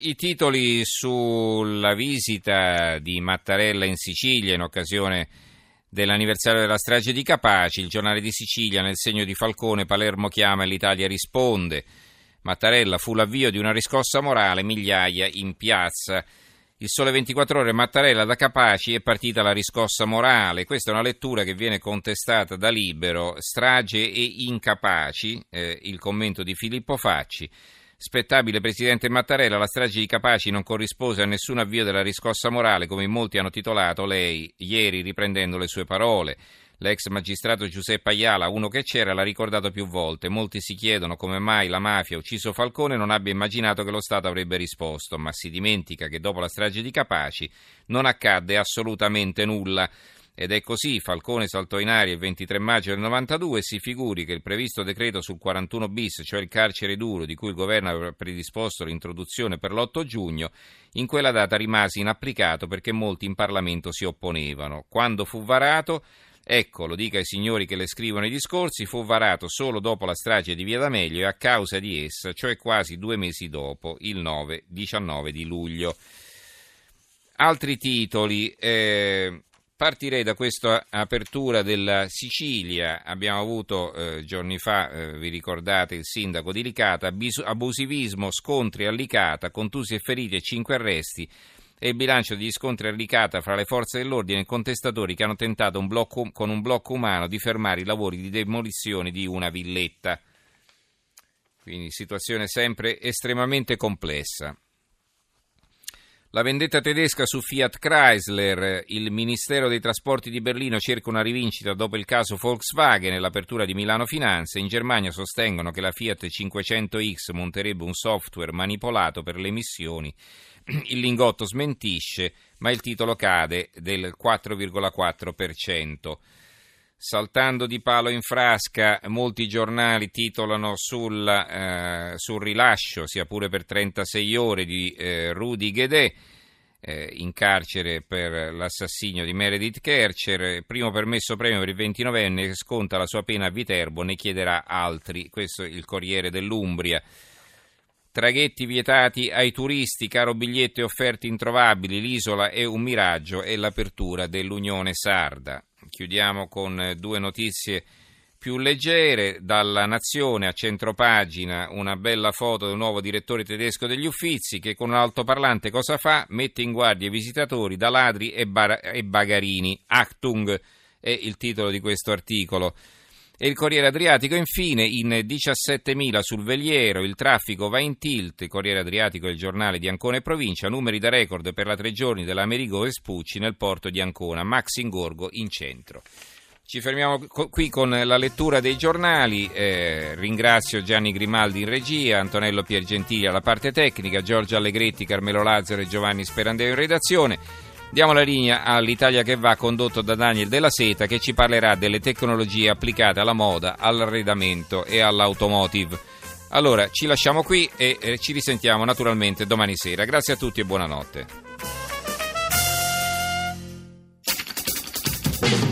I titoli sulla visita di Mattarella in Sicilia in occasione dell'anniversario della strage di Capaci, il giornale di Sicilia nel segno di Falcone, Palermo chiama e l'Italia risponde. Mattarella fu l'avvio di una riscossa morale, migliaia in piazza. Il Sole 24 Ore, Mattarella da Capaci è partita la riscossa morale. Questa è una lettura che viene contestata da Libero, strage e incapaci, il commento di Filippo Facci. Spettabile presidente Mattarella, la strage di Capaci non corrispose a nessun avvio della riscossa morale, come in molti hanno titolato lei ieri riprendendo le sue parole. L'ex magistrato Giuseppe Ayala, uno che c'era, l'ha ricordato più volte. Molti si chiedono come mai la mafia ucciso Falcone non abbia immaginato che lo Stato avrebbe risposto, ma si dimentica che dopo la strage di Capaci non accadde assolutamente nulla. Ed è così, Falcone saltò in aria il 23 maggio del 92 e si figuri che il previsto decreto sul 41 bis, cioè il carcere duro di cui il governo aveva predisposto l'introduzione per l'8 giugno, in quella data rimase inapplicato perché molti in Parlamento si opponevano. Quando fu varato, ecco, lo dica ai signori che le scrivono i discorsi, fu varato solo dopo la strage di Via D'Amelio e a causa di essa, cioè quasi 2 mesi dopo, il 9-19 di luglio. Altri titoli... Partirei da questa apertura della Sicilia. Abbiamo avuto giorni fa, vi ricordate, il sindaco di Licata, abusivismo, scontri a Licata, contusi e feriti e 5 arresti e il bilancio degli scontri a Licata fra le forze dell'ordine e contestatori che hanno tentato con un blocco umano di fermare i lavori di demolizione di una villetta. Quindi situazione sempre estremamente complessa. La vendetta tedesca su Fiat Chrysler, il Ministero dei Trasporti di Berlino cerca una rivincita dopo il caso Volkswagen e l'apertura di Milano Finanze. In Germania sostengono che la Fiat 500X monterebbe un software manipolato per le emissioni. Il Lingotto smentisce, ma il titolo cade del 4,4%. Saltando di palo in frasca, molti giornali titolano sul rilascio, sia pure per 36 ore, di Rudi Guédet, in carcere per l'assassinio di Meredith Kercher. Primo permesso premio per il 29enne che sconta la sua pena a Viterbo, ne chiederà altri. Questo è il Corriere dell'Umbria. Traghetti vietati ai turisti, caro biglietto e offerte introvabili, l'isola è un miraggio e l'apertura dell'Unione Sarda. Chiudiamo con 2 notizie più leggere. Dalla Nazione a centropagina una bella foto del nuovo direttore tedesco degli Uffizi che con un altoparlante cosa fa? Mette in guardia i visitatori da ladri e bagarini. Achtung è il titolo di questo articolo. E il Corriere Adriatico, infine, in 17.000 sul veliero, il traffico va in tilt. Il Corriere Adriatico è il giornale di Ancona e provincia, numeri da record per la 3 giorni dell'Amerigo Vespucci nel porto di Ancona, Max Ingorgo in centro. Ci fermiamo qui con la lettura dei giornali. Ringrazio Gianni Grimaldi in regia, Antonello Piergentili alla parte tecnica, Giorgio Allegretti, Carmelo Lazzaro e Giovanni Sperandeo in redazione. Diamo la linea all'Italia che va, condotto da Daniel Della Seta, che ci parlerà delle tecnologie applicate alla moda, all'arredamento e all'automotive. Allora, ci lasciamo qui e ci risentiamo naturalmente domani sera. Grazie a tutti e buonanotte.